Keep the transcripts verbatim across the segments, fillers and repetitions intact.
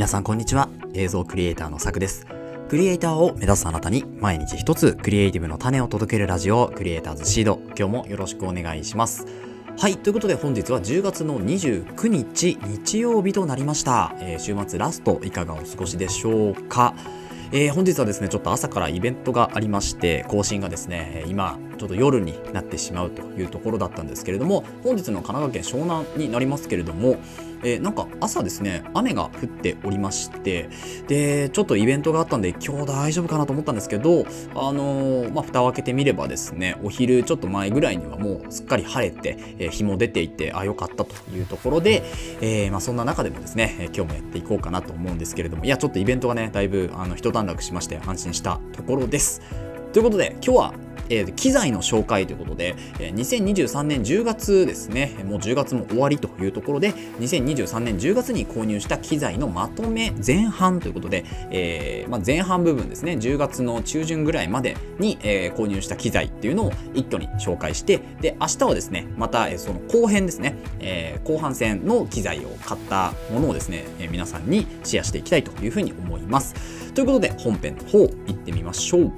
皆さんこんにちは。映像クリエイターのさくです。クリエイターを目指すあなたに毎日一つクリエイティブの種を届けるラジオ、クリエイターズシード。今日もよろしくお願いします。はい、ということで本日はじゅうがつのにじゅうくにち日曜日となりました。えー、週末ラストいかがお過ごしでしょうか。えー、本日はですねちょっと朝からイベントがありまして、更新がですね今ちょっと夜になってしまうというところだったんですけれども、本日の神奈川県湘南になりますけれども、えー、なんか朝ですね雨が降っておりまして、でちょっとイベントがあったんで今日大丈夫かなと思ったんですけど、あのー、まあ蓋を開けてみればですね、お昼ちょっと前ぐらいにはもうすっかり晴れて、えー、日も出ていて、あ良かったというところで、えー、まあそんな中でもですね、えー、今日もやっていこうかなと思うんですけれども、いやちょっとイベントがねだいぶあの一段落しまして安心したところです。ということで今日はえー、機材の紹介ということで、えー、にせんにじゅうさんねんじゅうがつですね、もうじゅうがつも終わりというところで、にせんにじゅうさんねんじゅうがつに購入した機材のまとめ前半ということで、えーまあ、前半部分ですね、じゅうがつの中旬ぐらいまでに、えー、購入した機材っていうのを一挙に紹介して、で明日はですねまた、えー、その後編ですね、えー、後半戦の機材を買ったものをですね、えー、皆さんにシェアしていきたいというふうに思います。ということで本編の方行ってみましょう。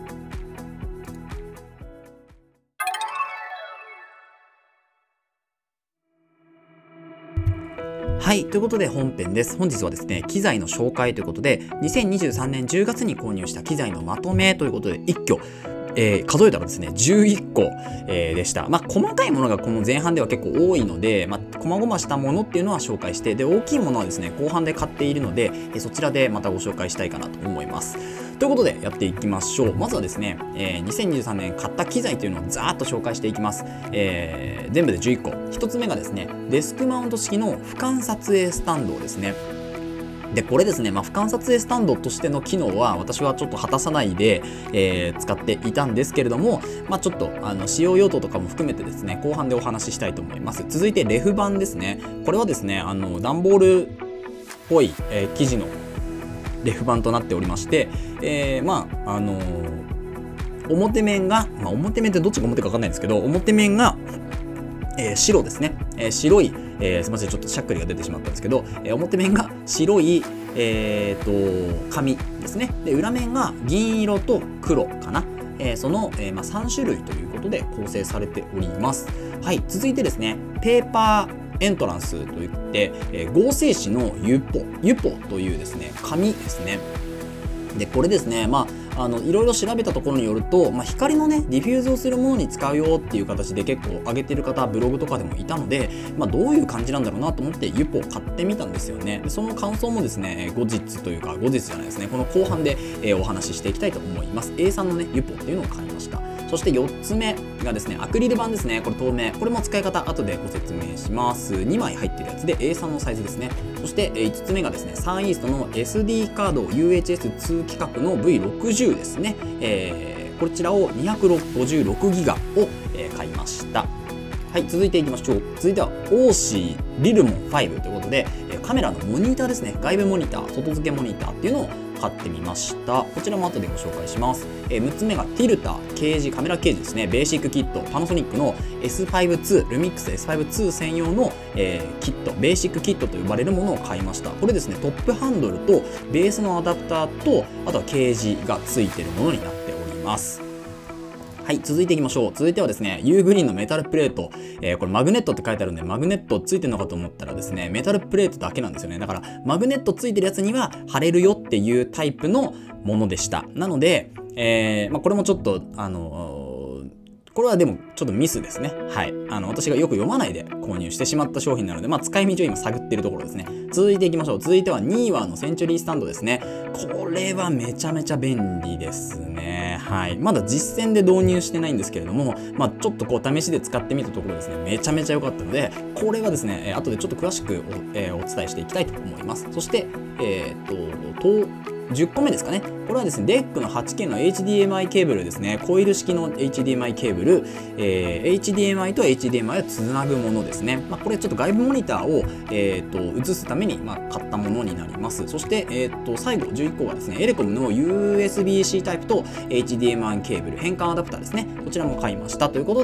はい、ということで本編です。本日はですね、機材の紹介ということで、にせんにじゅうさんねんじゅうがつに購入した機材のまとめということで、一挙、えー、数えたらですね、じゅういっこ、えー、でした。まあ、細かいものがこの前半では結構多いので、まあ、細々したものっていうのは紹介して、で、大きいものはですね、後半で買っているので、えー、そちらでまたご紹介したいかなと思います。ということでやっていきましょう。まずはですね、えー、にせんにじゅうさんねん買った機材というのをざーっと紹介していきます。えー、全部でじゅういっこ。ひとつめがですね、デスクマウント式の俯瞰撮影スタンドですね。でこれですね、まあ、俯瞰撮影スタンドとしての機能は私はちょっと果たさないで、えー、使っていたんですけれども、まあ、ちょっとあの使用用途とかも含めてですね後半でお話ししたいと思います。続いてレフ板ですね。これはですねあの段ボールっぽい、えー、生地のレフ板となっておりまして、えー、まああのー、表面が、まあ、表面ってどっちが表か分かんないんですけど、表面が、えー、白ですね、えー、白い、えー、すみませんちょっとしゃっくりが出てしまったんですけど、えー、表面が白い、えー、と紙ですね。で裏面が銀色と黒かな、えー、その、えーまあ、さんしゅるいということで構成されております。はい、続いてですねペーパーエントランスといって、えー、合成紙のユポユポというですね紙ですね。でこれですね、まあ、あのいろいろ調べたところによると、まあ、光のねディフューズをするものに使うよっていう形で結構上げてる方ブログとかでもいたので、まあ、どういう感じなんだろうなと思ってユポを買ってみたんですよね。でその感想もですね後日というか後日じゃないですねこの後半で、えー、お話ししていきたいと思います。 エー さんのねユポっていうのを買いました。そしてよっつめがですねアクリル板ですね。これ透明、これも使い方後でご説明します。にまい入ってるやつで エー さんのサイズですね。そしていつつめがですねサンイーストの エスディー カード ユーエイチエスツー 規格の ブイろくじゅう ですね、えー、こちらをにひゃくごじゅうろくギガを、えー、買いました。はい、続いていきましょう。続いてはオーシーリルモンファイブということで、えー、カメラのモニターですね。外部モニター、外付けモニターっていうのを買ってみました。こちらも後でご紹介します。えー、むっつめがティルターケージ、カメラケージですね。ベーシックキット、パナソニックの エスファイブツー、ルミックス エスファイブツー 専用の、えー、キット、ベーシックキットと呼ばれるものを買いました。これですね、トップハンドルとベースのアダプターと、あとはケージがついているものになっております。はい、続いていきましょう。続いてはですね、ユーグリーンのメタルプレート。えー、これマグネットって書いてあるんで、マグネットついてるのかと思ったらですね、メタルプレートだけなんですよね。だから、マグネットついてるやつには貼れるよっていうタイプのものでした。なので、えー、まあ、これもちょっと、あのー、これはでもちょっとミスですね。はい。あの、私がよく読まないで購入してしまった商品なので、まあ、使い道を今探っているところですね。続いていきましょう。続いてはニーワーのセンチュリースタンドですね。これはめちゃめちゃ便利ですね。はい。まだ実践で導入してないんですけれども、まあ、ちょっとこう試しで使ってみたところですね、めちゃめちゃ良かったので、これはですね、後でちょっと詳しく お,、えー、お伝えしていきたいと思います。そして、えー、っと、じゅっこめですかね。これはですね、デックの はちケー の エイチディーエムアイ ケーブルですね。コイル式の エイチディーエムアイ ケーブル、えー、エイチディーエムアイ と エイチディーエムアイ をつなぐものですね。まあ、これちょっと外部モニターを、えー、と映すために、まあ、買ったものになります。そして、えー、と最後じゅういっこがですね、エレコムの ユーエスビー-C タイプと エイチディーエムアイ ケーブル、変換アダプターですね。こちらも買いました。ということで、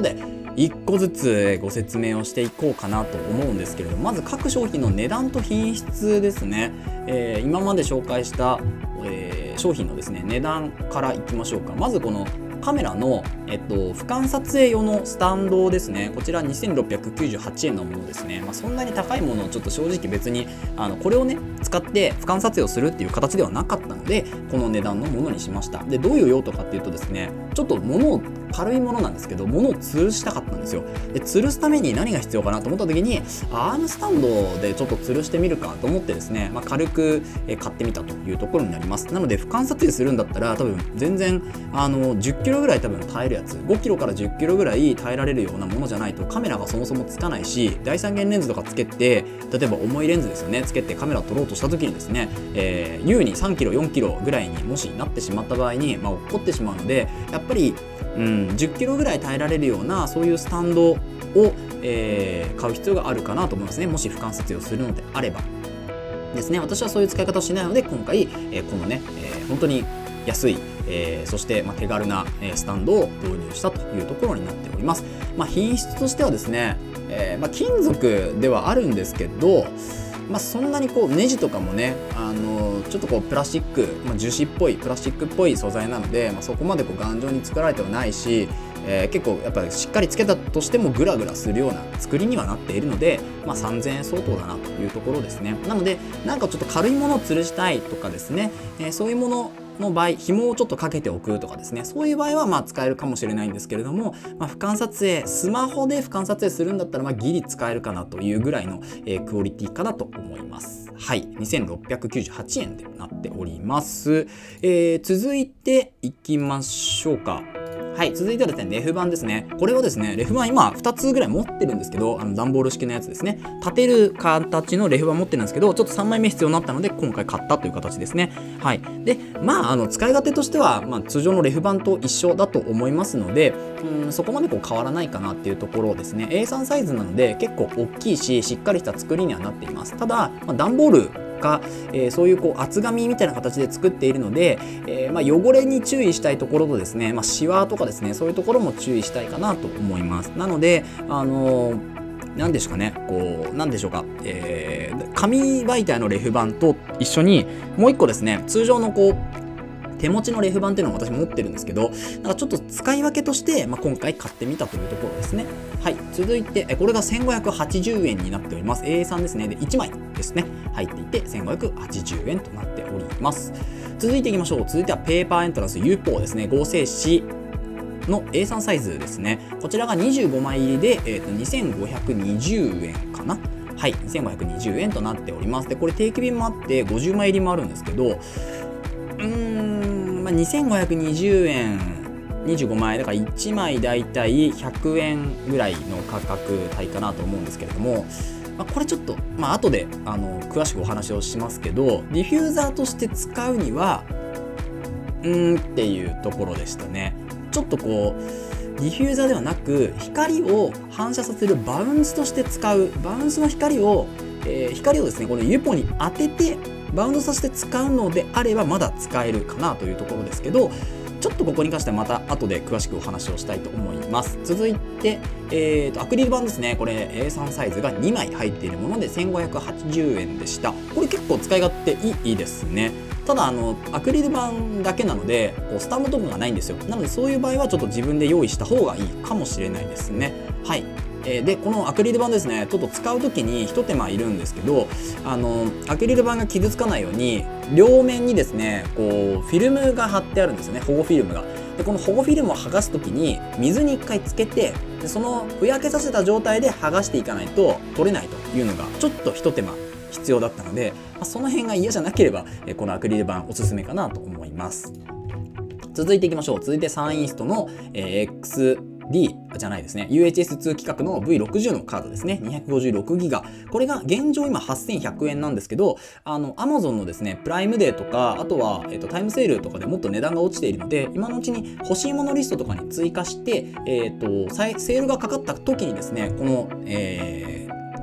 いっこずつご説明をしていこうかなと思うんですけれども、まず各商品の値段と品質ですね。えー、今まで紹介した、えー、商品のですね値段からいきましょうか。まずこのカメラの、えっと、俯瞰撮影用のスタンドですね。こちらにせんろっぴゃくきゅうじゅうはちえんのものですね。まあ、そんなに高いものをちょっと正直別にあのこれをね使って俯瞰撮影をするっていう形ではなかったので、この値段のものにしました。でどういう用途かっていうとですね、ちょっと物を軽いものなんですけど、物を吊るしたかったんですよ。で吊るすために何が必要かなと思った時に、アームスタンドでちょっと吊るしてみるかと思ってですね、まあ、軽く買ってみたというところになります。なので俯瞰撮影するんだったら多分全然あのじゅっキロぐらい多分耐えるやつ、ごキロからじゅっキロぐらい耐えられるようなものじゃないとカメラがそもそもつかないし、第三元レンズとかつけて、例えば重いレンズですよね、つけてカメラを撮ろうとした時にですね、えー、優にさんキロよんキロぐらいにもしなってしまった場合に、まあ、落っこってしまうので、やっぱりうん、じゅっキロぐらい耐えられるようなそういうスタンドを、えー、買う必要があるかなと思いますね。もし俯瞰撮影をするのであればですね。私はそういう使い方をしないので、今回、えー、このね、えー、本当に安い、えー、そして、まあ、手軽な、えー、スタンドを導入したというところになっております。まあ、品質としてはですね、えーまあ、金属ではあるんですけど、まあ、そんなにこうネジとかもね、あのちょっとこうプラスチック、まあ、樹脂っぽいプラスチックっぽい素材なので、まあ、そこまでこう頑丈に作られてはないし、えー、結構やっぱりしっかりつけたとしてもグラグラするような作りにはなっているので、まあ、さんぜんえん相当だなというところですね。なのでなんかちょっと軽いものを吊るしたいとかですね、えー、そういうものの場合、紐をちょっとかけておくとかですね、そういう場合はまあ使えるかもしれないんですけれども、まあ、俯瞰撮影、スマホで俯瞰撮影するんだったら、まあギリ使えるかなというぐらいの、えー、クオリティかなと思います。はい、にせんろっぴゃくきゅうじゅうはちえんでなっております。えー、続いていきましょうか。はい、続いてはですね、レフ板ですね。これはですね、レフ板今ふたつぐらい持ってるんですけど、あの段ボール式のやつですね。立てる形のレフ板持ってるんですけど、ちょっとさんまいめ必要になったので、今回買ったという形ですね。はい。で、まあ、あの使い勝手としては、まあ、通常のレフ板と一緒だと思いますので、うん、そこまでこう変わらないかなっていうところですね。エースリー サイズなので、結構大きいし、しっかりした作りにはなっています。ただ、まあ、段ボールか、えー、そういうこう厚紙みたいな形で作っているので、えーまあ、汚れに注意したいところとですね、まあ、シワとかですね、そういうところも注意したいかなと思います。なので、あのー、なんでしょうかね、こう、なんでしょうか、えー、紙媒体のレフ板と一緒にもう一個ですね、通常のこう手持ちのレフ板っていうのを私持ってるんですけど、なんかちょっと使い分けとして、まあ、今回買ってみたというところですね。はい、続いて、これがせんごひゃくはちじゅうえんになっております。エーエースリー ですね。で、いちまいですね。入っていて、せんごひゃくはちじゅうえんとなっております。続いていきましょう。続いてはペーパーエントランス ユーフォー ですね。合成紙の エースリー サイズですね。こちらがにじゅうごまい入りで、えー、とにせんごひゃくにじゅうえんかな。はい、にせんごひゃくにじゅうえんとなっております。で、これ定期便もあってごじゅうまい入りもあるんですけど、うーん、まあ、にせんごひゃくにじゅうえん、にじゅうごまいだからいちまいだいたいひゃくえんぐらいの価格帯かなと思うんですけれども、まあ、これちょっと、まあ後であの詳しくお話をしますけど、ディフューザーとして使うにはうーんっていうところでしたね。ちょっとこうディフューザーではなく光を反射させるバウンスとして使う、バウンスの光を、えー、光をですねこのユーポに当ててバウンドさせて使うのであればまだ使えるかなというところですけど、ちょっとここに関してはまた後で詳しくお話をしたいと思います。続いて、えー、とアクリル板ですね。これ エースリー サイズがにまい入っているものでせんごひゃくはちじゅうえんでした。これ結構使い勝手いいですね。ただあのアクリル板だけなのでこうスタンドとかがないんですよ。なのでそういう場合はちょっと自分で用意した方がいいかもしれないですね。はい。えー、でこのアクリル板ですね、ちょっと使う時に一手間いるんですけど、あのアクリル板が傷つかないように両面にですねこうフィルムが貼ってあるんですよね、保護フィルムが。でこの保護フィルムを剥がす時に水に一回つけて、でそのふやけさせた状態で剥がしていかないと取れないというのがちょっと一手間必要だったので、まあ、その辺が嫌じゃなければこのアクリル板おすすめかなと思います。続いていきましょう。続いてサンイーストの エックスディー じゃないですね ユーエイチエスツー 規格の ブイろくじゅう のカードですね。にひゃくごじゅうろくギガ、これが現状今はっせんひゃくえんなんですけど、あの Amazon のですねプライムデーとか、あとは、えっと、タイムセールとかでもっと値段が落ちているので、今のうちに欲しいものリストとかに追加して、えっとセールがかかった時にですねこの、えー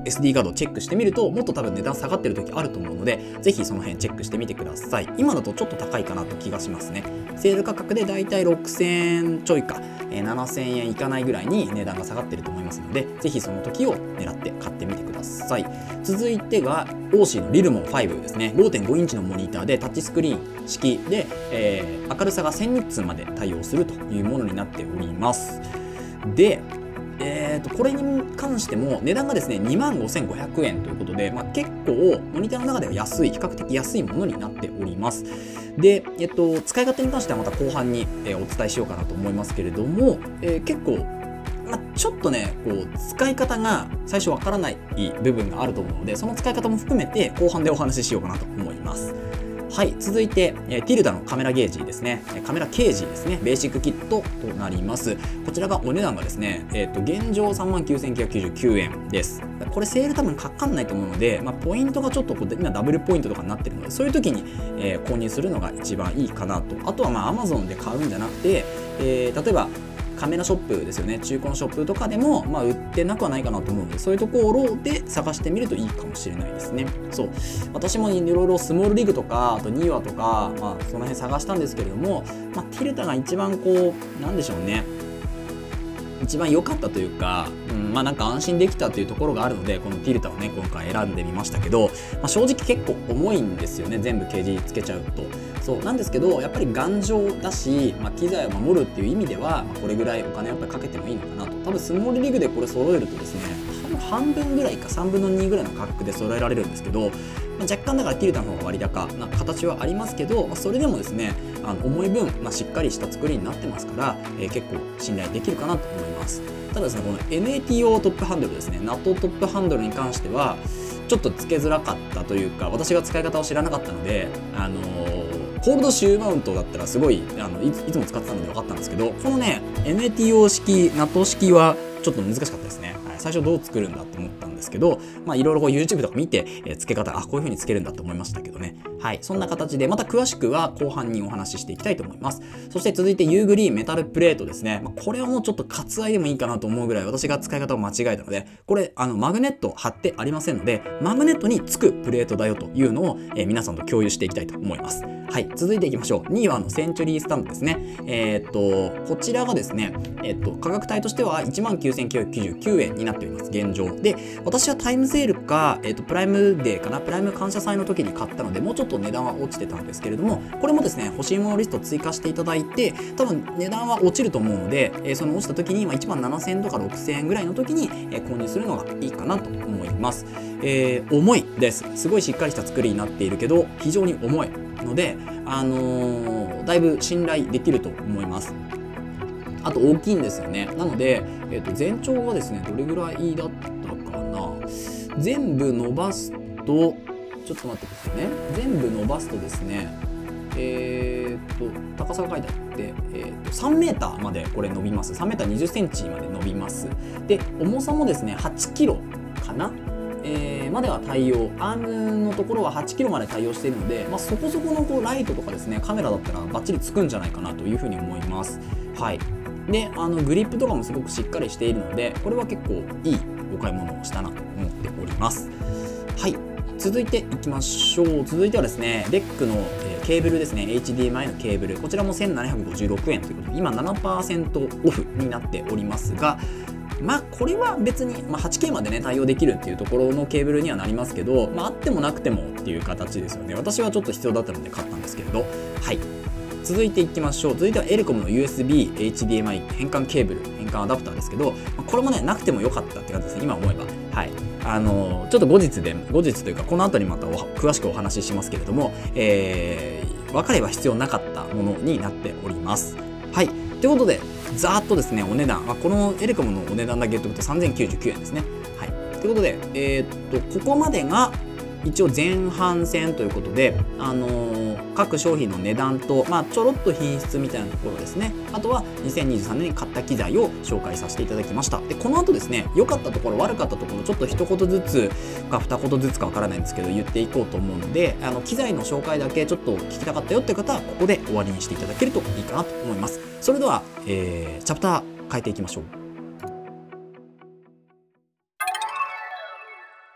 エスディー カードをチェックしてみると、もっと多分値段下がってる時あると思うので、ぜひその辺チェックしてみてください。今だとちょっと高いかなと気がしますね。セール価格でだいたいろくせんえんちょいか、えー、ななせんえんいかないぐらいに値段が下がってると思いますので、ぜひその時を狙って買ってみてください。続いてが、オーシー のリルモンファイブですね。ごてんごインチのモニターでタッチスクリーン式で、えー、明るさがせんニッツまで対応するというものになっております。で、えー、とこれに関しても値段がですねにまんごせんごひゃくえんということで、まあ、結構モニターの中では安い、比較的安いものになっております。で、えっと、使い勝手に関してはまた後半に、えー、お伝えしようかなと思いますけれども、えー、結構、まあ、ちょっとねこう使い方が最初わからない部分があると思うので、その使い方も含めて後半でお話ししようかなと思います。はい、続いて、えー、ティルダのカメラゲージですね。カメラケージですね。ベーシックキットとなります。こちらがお値段がですね、えっと、現状 さんまんきゅうせんきゅうひゃくきゅうじゅうきゅうえんです。これセール多分かかんないと思うので、まあ、ポイントがちょっとこう今ダブルポイントとかになってるので、そういう時に、えー、購入するのが一番いいかなと。あとはまあ Amazon で買うんじゃなくて、えー、例えばカメラショップですよね、中古のショップとかでも、まあ、売ってなくはないかなと思うので、そういうところで探してみるといいかもしれないですね。そう、私もいろいろスモールリグとか、あとニーワとか、まあ、その辺探したんですけれども、まあ、ティルタが一番こう、なんでしょうね、一番良かったというか、うん、まあなんか安心できたというところがあるので、このティルタをね今回選んでみましたけど、まあ、正直結構重いんですよね、全部ケージつけちゃうと。そうなんですけど、やっぱり頑丈だし、まあ、機材を守るっていう意味では、まあ、これぐらいお金をやっぱりかけてもいいのかなと。多分スモールリグでこれ揃えるとですね、多分半分ぐらいかさんぶんのにぐらいの価格で揃えられるんですけど、まあ、若干だからティルタの方が割高な形はありますけど、まあ、それでもですね、あの重い分、まあ、しっかりした作りになってますから、えー、結構信頼できるかなと思います。ただですね、この エヌエーティーオー トップハンドルですね、ナットトップハンドルに関してはちょっとつけづらかったというか、私が使い方を知らなかったので、あのー、コールドシューマウントだったらすごいあの い, ついつも使ってたので分かったんですけど、このね エヌエーティーオー 式、ナット式はちょっと難しかったですね。はい、最初どう作るんだって思ったんですけど、まあいろいろ YouTube とか見て、えー、付け方、あ、こういう風に付けるんだと思いましたけどね。はい、そんな形でまた詳しくは後半にお話ししていきたいと思います。そして続いて ユー グリーンメタルプレートですね。まあ、これはもうちょっと割愛でもいいかなと思うぐらい私が使い方を間違えたので、これあのマグネット貼ってありませんので、マグネットにつくプレートだよというのを、えー、皆さんと共有していきたいと思います。はい、続いていきましょう。にいはあのセンチュリースタンドですね。えー、っとこちらがですね、えー、っと価格帯としてはいちまんきゅうせんきゅうひゃくきゅうじゅうきゅうえんになっております、現状で。私はタイムセールか、えー、っとプライムデーかな、プライム感謝祭の時に買ったので、もうちょっと値段は落ちてたんですけれども、これもですね欲しいものリストを追加していただいて、多分値段は落ちると思うので、えー、その落ちた時にいちまんななせんえんとかろくせんえんぐらいの時に、えー、購入するのがいいかなと思います。えー、重いです。すごいしっかりした作りになっているけど非常に重いので、あのー、だいぶ信頼できると思います。あと大きいんですよね。なので、えー、と全長がですねどれぐらいだったかな、全部伸ばすと、ちょっと待ってくださいね、全部伸ばすとですね、えー、と高さが書いてあって、えー、とさんメーターまでこれ伸びます。さんメーターにじゅっセンチまで伸びます。で重さもですねはちキロかな、えー、までは対応、アームのところははちキロまで対応しているので、まあ、そこそこのこうライトとかですね、カメラだったらバッチリつくんじゃないかなというふうに思います。はい、であのグリップとかもすごくしっかりしているので、これは結構いいお買い物をしたなと思っております。はい、続いていきましょう。続いてはですね、デックの、えー、ケーブルですね、エイチディーエムアイ のケーブル、こちらもせんななひゃくごじゅうろくえんということで、今 ななパーセント オフになっておりますが、まあこれは別に、まあ、はちケー までね対応できるっていうところのケーブルにはなりますけど、まああってもなくてもっていう形ですよね。私はちょっと必要だったので買ったんですけれど、はい、続いていきましょう。続いてはエレコムの ユーエスビー、エイチディーエムアイ 変換ケーブル、変換アダプターですけど、これもねなくてもよかったって感じですね、今思えば。はい、あのー、ちょっと後日で後日というかこの後にまた詳しくお話ししますけれども、えー、分かれば必要なかったものになっております。はい、ということでざーっとですねお値段、まあ、このエレコムのお値段だけ言っておくとさんぜんきゅうじゅうきゅうえんですね。はい、ということで、えー、っとここまでが一応前半戦ということで、あのー、各商品の値段と、まあ、ちょろっと品質みたいなところですね。あとはにせんにじゅうさんねんに買った機材を紹介させていただきました。でこの後ですね、良かったところ悪かったところちょっと一言ずつか二言ずつかわからないんですけど言っていこうと思うので、あの機材の紹介だけちょっと聞きたかったよっていう方はここで終わりにしていただけるといいかなと思います。それでは、えー、チャプター変えていきましょう。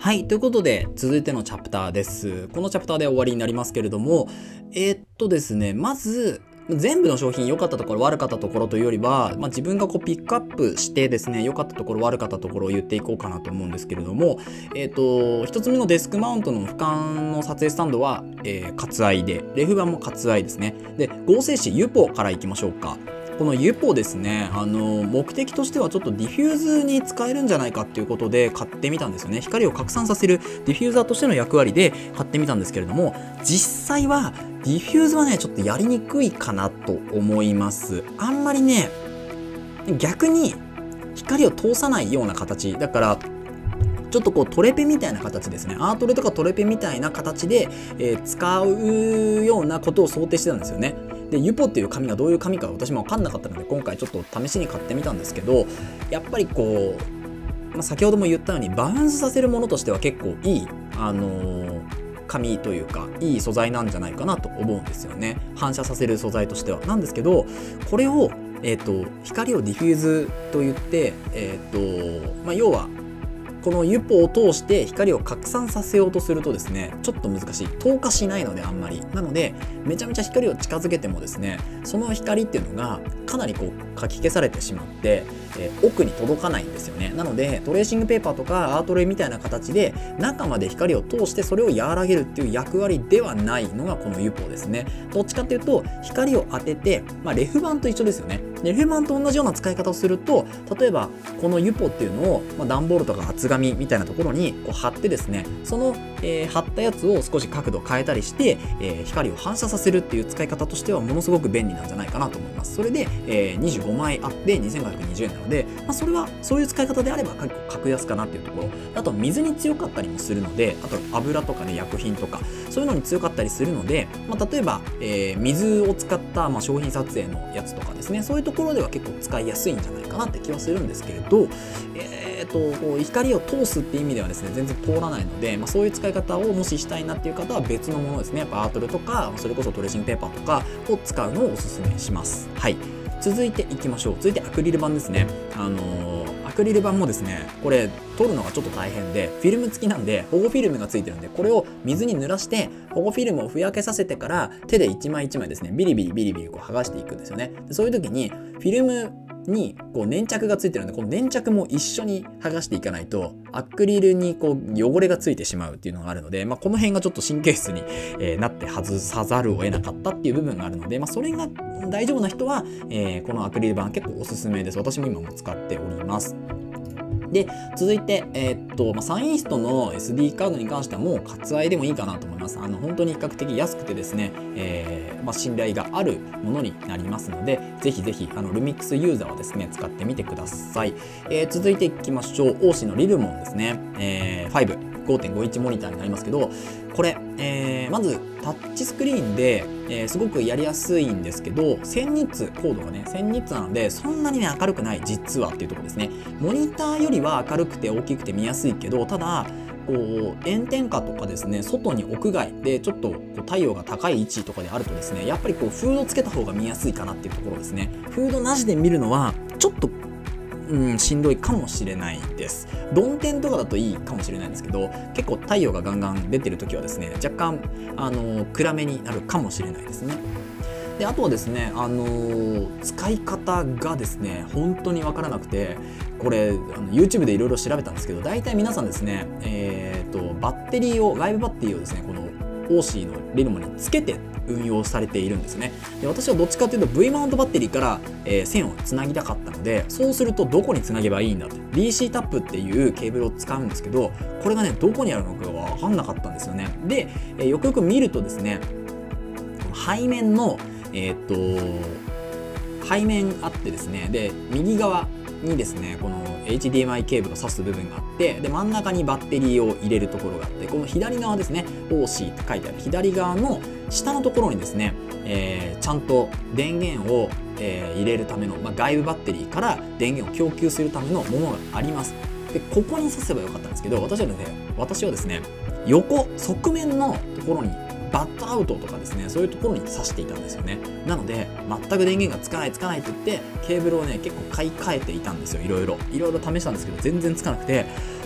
はい、ということで続いてのチャプターです。このチャプターで終わりになりますけれども、えー、っとですねまず全部の商品良かったところ悪かったところというよりは、まあ、自分がこうピックアップしてですね良かったところ悪かったところを言っていこうかなと思うんですけれども、えー、と一つ目のデスクマウントの俯瞰の撮影スタンドは、えー、割愛で、レフ板も割愛ですね。で合成紙ユポからいきましょうか。このユポですね、あの目的としてはちょっとディフューズに使えるんじゃないかっていうことで買ってみたんですよね。光を拡散させるディフューザーとしての役割で買ってみたんですけれども、実際はディフューズはねちょっとやりにくいかなと思います。あんまりね逆に光を通さないような形だから、ちょっとこうトレペみたいな形ですね。アートレとかトレペみたいな形で、えー、使うようなことを想定してたんですよね。でユポっていう紙がどういう紙か私も分かんなかったので、今回ちょっと試しに買ってみたんですけど、やっぱりこう、まあ、先ほども言ったようにバウンスさせるものとしては結構いい、あのー、紙というかいい素材なんじゃないかなと思うんですよね。反射させる素材としてはなんですけど、これを、えーと、光をディフューズといって、えーとまあ、要はこのユポを通して光を拡散させようとするとですねちょっと難しい、透過しないのであんまりなので、めちゃめちゃ光を近づけてもですねその光っていうのがかなりこうかき消されてしまって、えー、奥に届かないんですよね。なのでトレーシングペーパーとかアートレイみたいな形で中まで光を通してそれを和らげるっていう役割ではないのがこのユポですね。どっちかっていうと光を当てて、まあ、レフ板と一緒ですよね。レフ板と同じような使い方をすると、例えばこのユポっていうのを、まあ、段ボールとか厚紙みたいなところにこう貼ってですね、その、えー、貼ったやつを少し角度変えたりして、えー、光を反射させるっていう使い方としてはものすごく便利なんじゃないかなと思います。それで、えー、にじゅうごまいあってにせんごひゃくにじゅうえんなので、まあ、それはそういう使い方であれば結構格安かなっていうところ。あと水に強かったりもするので、あと油とかね薬品とかそういうのに強かったりするので、まあ、例えば、えー、水を使った、まあ、商品撮影のやつとかですね、そういうところでは結構使いやすいんじゃないかなって気はするんですけれど、えー、とこう光を通すっていう意味ではですね全然通らないので、まあ、そういう使い方をもししたいなっていう方は別のものですね、やっぱアートルとかそれこそトレーシングペーパーとかを使うのをおすすめします。はい、続いていきましょう。続いてアクリル板ですね。あのー、アクリル板もですねこれ取るのがちょっと大変で、フィルム付きなんで保護フィルムが付いてるんで、これを水に濡らして保護フィルムをふやけさせてから手で一枚一枚ですねビリビリビリビリこう剥がしていくんですよね。でそういう時にフィルムにこう粘着がついてるので、この粘着も一緒に剥がしていかないとアクリルにこう汚れがついてしまうっていうのがあるので、まあ、この辺がちょっと神経質に、えー、なって外さざるを得なかったっていう部分があるので、まあ、それが大丈夫な人は、えー、このアクリル板結構おすすめです。私も今も使っております。で続いて、えーっとまあ、サインストの エスディー カードに関してはもう割愛でもいいかなと思います。あの本当に比較的安くてですね、えーまあ、信頼があるものになりますので、ぜひぜひあのルミックスユーザーはですね使ってみてください。えー、続いていきましょう。オーシーのリルモンですね、えー、ファイブ ごてんごインチモニターになりますけど、これ、えー、まずタッチスクリーンで、えー、すごくやりやすいんですけど、せんニッツコードがねせんニッツなのでそんなにね明るくない実はっていうところですね。モニターよりは明るくて大きくて見やすいけど、ただこう炎天下とかですね外に屋外でちょっとこう太陽が高い位置とかであるとですね、やっぱりこうフードつけた方が見やすいかなっていうところですね。フードなしで見るのはちょっとうん、しんどいかもしれないです。曇天とかだといいかもしれないんですけど、結構太陽がガンガン出てる時はですね若干あの暗めになるかもしれないですね。であとはですね、あのー、使い方がですね本当に分からなくて、これあの YouTube でいろいろ調べたんですけど、大体皆さんですね、えー、とバッテリーを外部バッテリーをですねこのオーシーのリルモにつけて運用されているんですね。で私はどっちかというと V マウントバッテリーから、えー、線をつなぎたかったので、そうするとどこにつなげばいいんだって ディーシー タップっていうケーブルを使うんですけど、これがねどこにあるのかが分かんなかったんですよね。で、えー、よくよく見るとですね、この背面のえー、っと背面あってですね、で右側にですねこの エイチディーエムアイ ケーブルを挿す部分があって、で真ん中にバッテリーを入れるところがあって、この左側ですね オーシー って書いてある左側の下のところにですね、えー、ちゃんと電源を、えー、入れるための、まあ、外部バッテリーから電源を供給するためのものがあります。でここに挿せばよかったんですけど、私はですね私はですね横側面のところにバットアウトとかですねそういうところに挿していたんですよね。なので全く電源がつかないつかないって言ってケーブルをね結構買い替えていたんですよ。いろいろいろいろ試したんですけど全然つかなくて、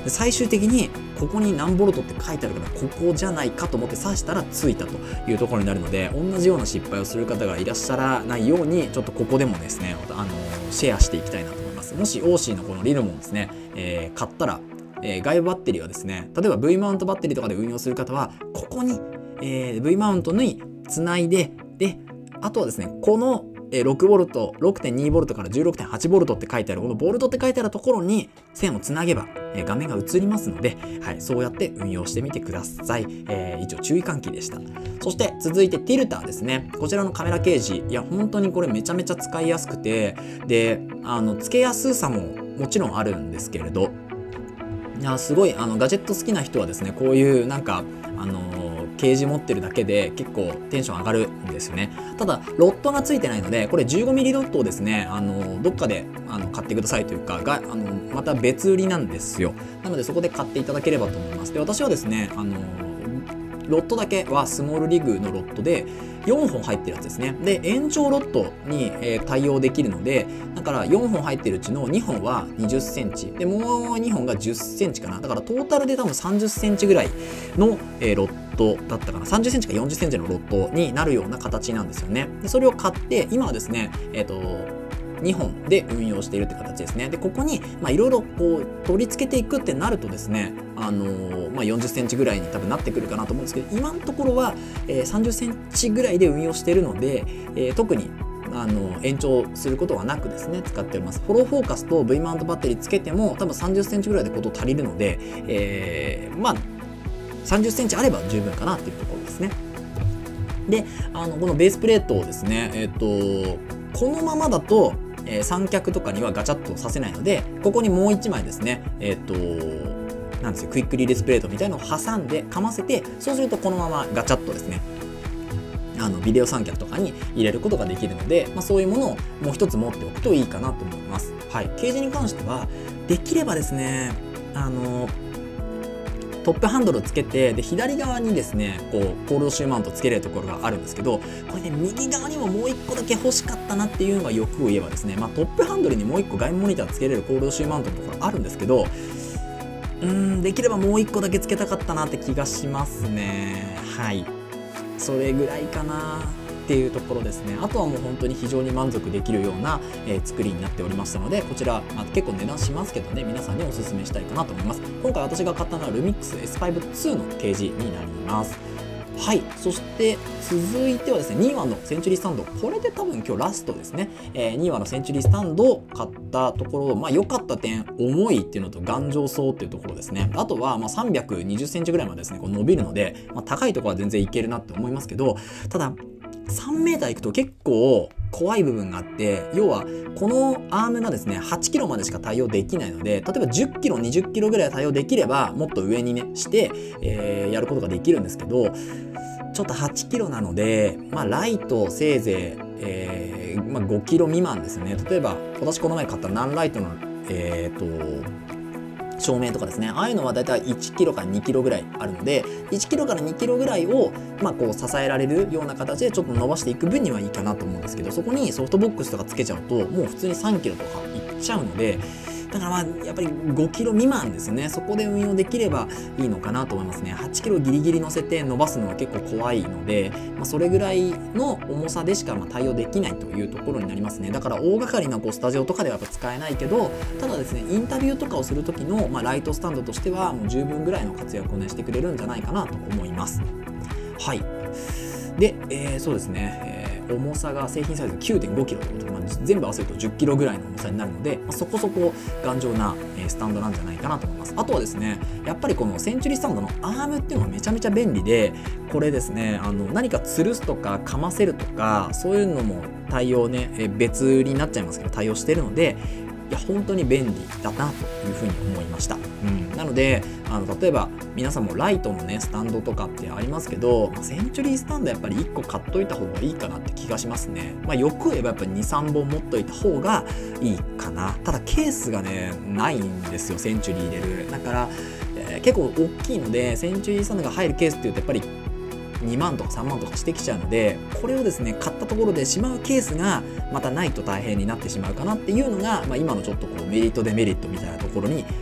で最終的にここに何ボルトって書いてあるからここじゃないかと思って刺したらついたというところになるので、同じような失敗をする方がいらっしゃらないように、ちょっとここでもですね、あのシェアしていきたいなと思います。もし オーシー のこのリルモンですね、えー、買ったら、えー、外部バッテリーはですね、例えば V マウントバッテリーとかで運用する方はここに、えー、V マウントにつないで、であとはですね、このろくボルト、ろくてんにボルトから じゅうろくてんはちボルトって書いてある、このボルトって書いてあるところに線をつなげば画面が映りますので、はい、そうやって運用してみてください。えー、以上、注意喚起でした。そして続いてティルターですね。こちらのカメラケージ、いや本当にこれめちゃめちゃ使いやすくて、であのつけやすさももちろんあるんですけれど、いやすごいあのガジェット好きな人はですね、こういうなんかあのケージ持ってるだけで結構テンション上がるんですよね。ただロッドがついてないので、これ じゅうごミリ ロッドをですね、あのどっかであの買ってくださいというかが、あのまた別売りなんですよ。なのでそこで買っていただければと思います。で私はですね、あのロッドだけはスモールリグのロッドでよんほん入ってるやつですね。で延長ロッドに、えー、対応できるので、だからよんほん入ってるうちのにほんはにじゅっセンチで、もうにほんがじゅっセンチかな。だからトータルで多分さんじゅっセンチぐらいの、えー、ロッドだったかな。さんじゅっセンチかよんじゅっセンチのロッドになるような形なんですよね。でそれを買って今はですね、えっとにほんで運用しているって形ですね。でここにいろいろこう取り付けていくってなるとですね、あのーまあ、よんじゅっセンチぐらいに多分なってくるかなと思うんですけど、今のところは、えー、さんじゅっセンチぐらいで運用しているので、えー、特にあの延長することはなくですね使っております。フォローフォーカスと V マウントバッテリーつけても多分さんじゅっセンチぐらいでこと足りるので、えー、まあさんじゅっセンチあれば十分かなっていうところですね。であのこのベースプレートをですね、えっとこのままだとえー、三脚とかにはガチャッとさせないので、ここにもういちまいですね、えっとなんですよ、クイックリリースプレートみたいなのを挟んでかませて、そうするとこのままガチャッとですね、あのビデオ三脚とかに入れることができるので、まあ、そういうものをもう一つ持っておくといいかなと思います。はい、ケージに関してはできればですね、あのトップハンドルをつけて、で左側にですねこうコールドシューマウントつけれるところがあるんですけど、これね右側にももういっこだけ欲しかったなっていうのが欲を言えばですね、まあ、トップハンドルにもういっこ外部モニターつけれるコールドシューマウントのところあるんですけど、うーんできればもういっこだけつけたかったなって気がしますね。はい、それぐらいかなっていうところですね。あとはもう本当に非常に満足できるような、えー、作りになっておりましたので、こちら、まあ、結構値段しますけどね、皆さんにおすすめしたいかなと思います。今回私が買ったのはルミックス エスファイブツー のケージになります。はい、そして続いてはですね、ニーワのセンチュリースタンド、これで多分今日ラストですね。えー、ニーワのセンチュリースタンドを買ったところ、まあ良かった点、重いっていうのと頑丈そうっていうところですね。あとはまあさんびゃくにじゅっセンチぐらいまでですね、こう伸びるので、まあ、高いところは全然いけるなって思いますけど、たださんメーターいくと結構怖い部分があって、要はこのアームがですねはちキロまでしか対応できないので、例えばじゅっキロにじゅっキロぐらい対応できればもっと上にねして、えー、やることができるんですけど、ちょっとはちキロなので、まあ、ライトせいぜい、えーまあ、ごキロ未満ですよね。例えば私この前買ったナンライトのえっと照明とかですね、ああいうのはだいたいいちキロからにキロぐらいあるので、いちキロからにキロぐらいを、まあ、こう支えられるような形でちょっと伸ばしていく分にはいいかなと思うんですけど、そこにソフトボックスとかつけちゃうともう普通にさんキロとかいっちゃうので、だからまあやっぱりごキロ未満ですね、そこで運用できればいいのかなと思いますね。はちキロギリギリ乗せて伸ばすのは結構怖いので、まあ、それぐらいの重さでしかまあ対応できないというところになりますね。だから大掛かりなこうスタジオとかではやっぱ使えないけど、ただですねインタビューとかをする時のまあライトスタンドとしてはもう十分ぐらいの活躍をねしてくれるんじゃないかなと思います。はい。で、えー、そうですね、えー、重さが製品サイズ きゅうてんごキロということで、まあ、全部合わせるとじゅっキロぐらいの重さになるので、まあ、そこそこ頑丈な、えー、スタンドなんじゃないかなと思います。あとはですね、やっぱりこのセンチュリースタンドのアームっていうのがめちゃめちゃ便利で、これですね、あの何か吊るすとかかませるとかそういうのも対応ね、えー、別売りになっちゃいますけど対応してるので、いや本当に便利だなというふうに思いました。うん、なのであの例えば皆さんもライトのねスタンドとかってありますけど、まあ、センチュリースタンドやっぱりいっこ買っといた方がいいかなって気がしますね。まあ、よく言えばやっぱりにさんぼん持っといた方がいいかな。ただケースがねないんですよ、センチュリー入れる。だから、えー、結構大きいのでセンチュリースタンドが入るケースっていうとやっぱりにまんとかさんまんとかしてきちゃうので、これをですね買ったところでしまうケースがまたないと大変になってしまうかなっていうのが、まあ、今のちょっとこうメリットデメリットみたいなところになって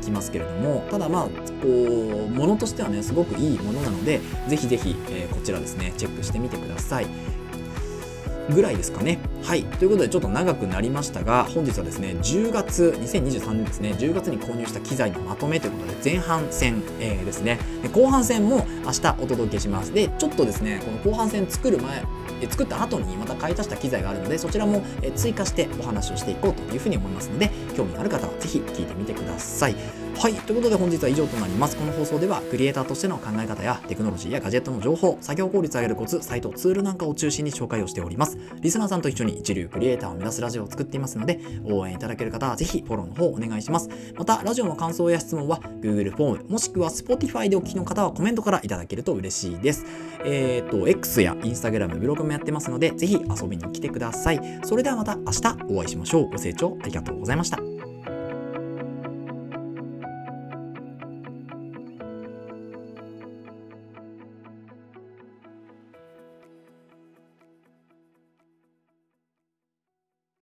きますけれども、ただまあこうものとしてはねすごくいいものなので、ぜひぜひ、えー、こちらですねチェックしてみてくださいぐらいですかね。はい。ということでちょっと長くなりましたが、本日はですね、じゅうがつ、にせんにじゅうさんねんですね、じゅうがつに購入した機材のまとめということで、前半戦、えー、ですね。で後半戦も明日お届けします。で、ちょっとですね、この後半戦作る前、え作った後にまた買い足した機材があるので、そちらもえ追加してお話をしていこうというふうに思いますので、興味のある方はぜひ聞いてみてください。はい。ということで本日は以上となります。この放送ではクリエイターとしての考え方やテクノロジーやガジェットの情報、作業効率を上げるコツ、サイト、ツールなんかを中心に紹介をしております。リスナーさんと一緒に一流クリエイターを目指すラジオを作っていますので、応援いただける方はぜひフォローの方お願いします。また、ラジオの感想や質問は Google フォーム、もしくは Spotify でお聞きの方はコメントからいただけると嬉しいです。えっと、X や Instagram、ブログもやってますので、ぜひ遊びに来てください。それではまた明日お会いしましょう。ご清聴ありがとうございました。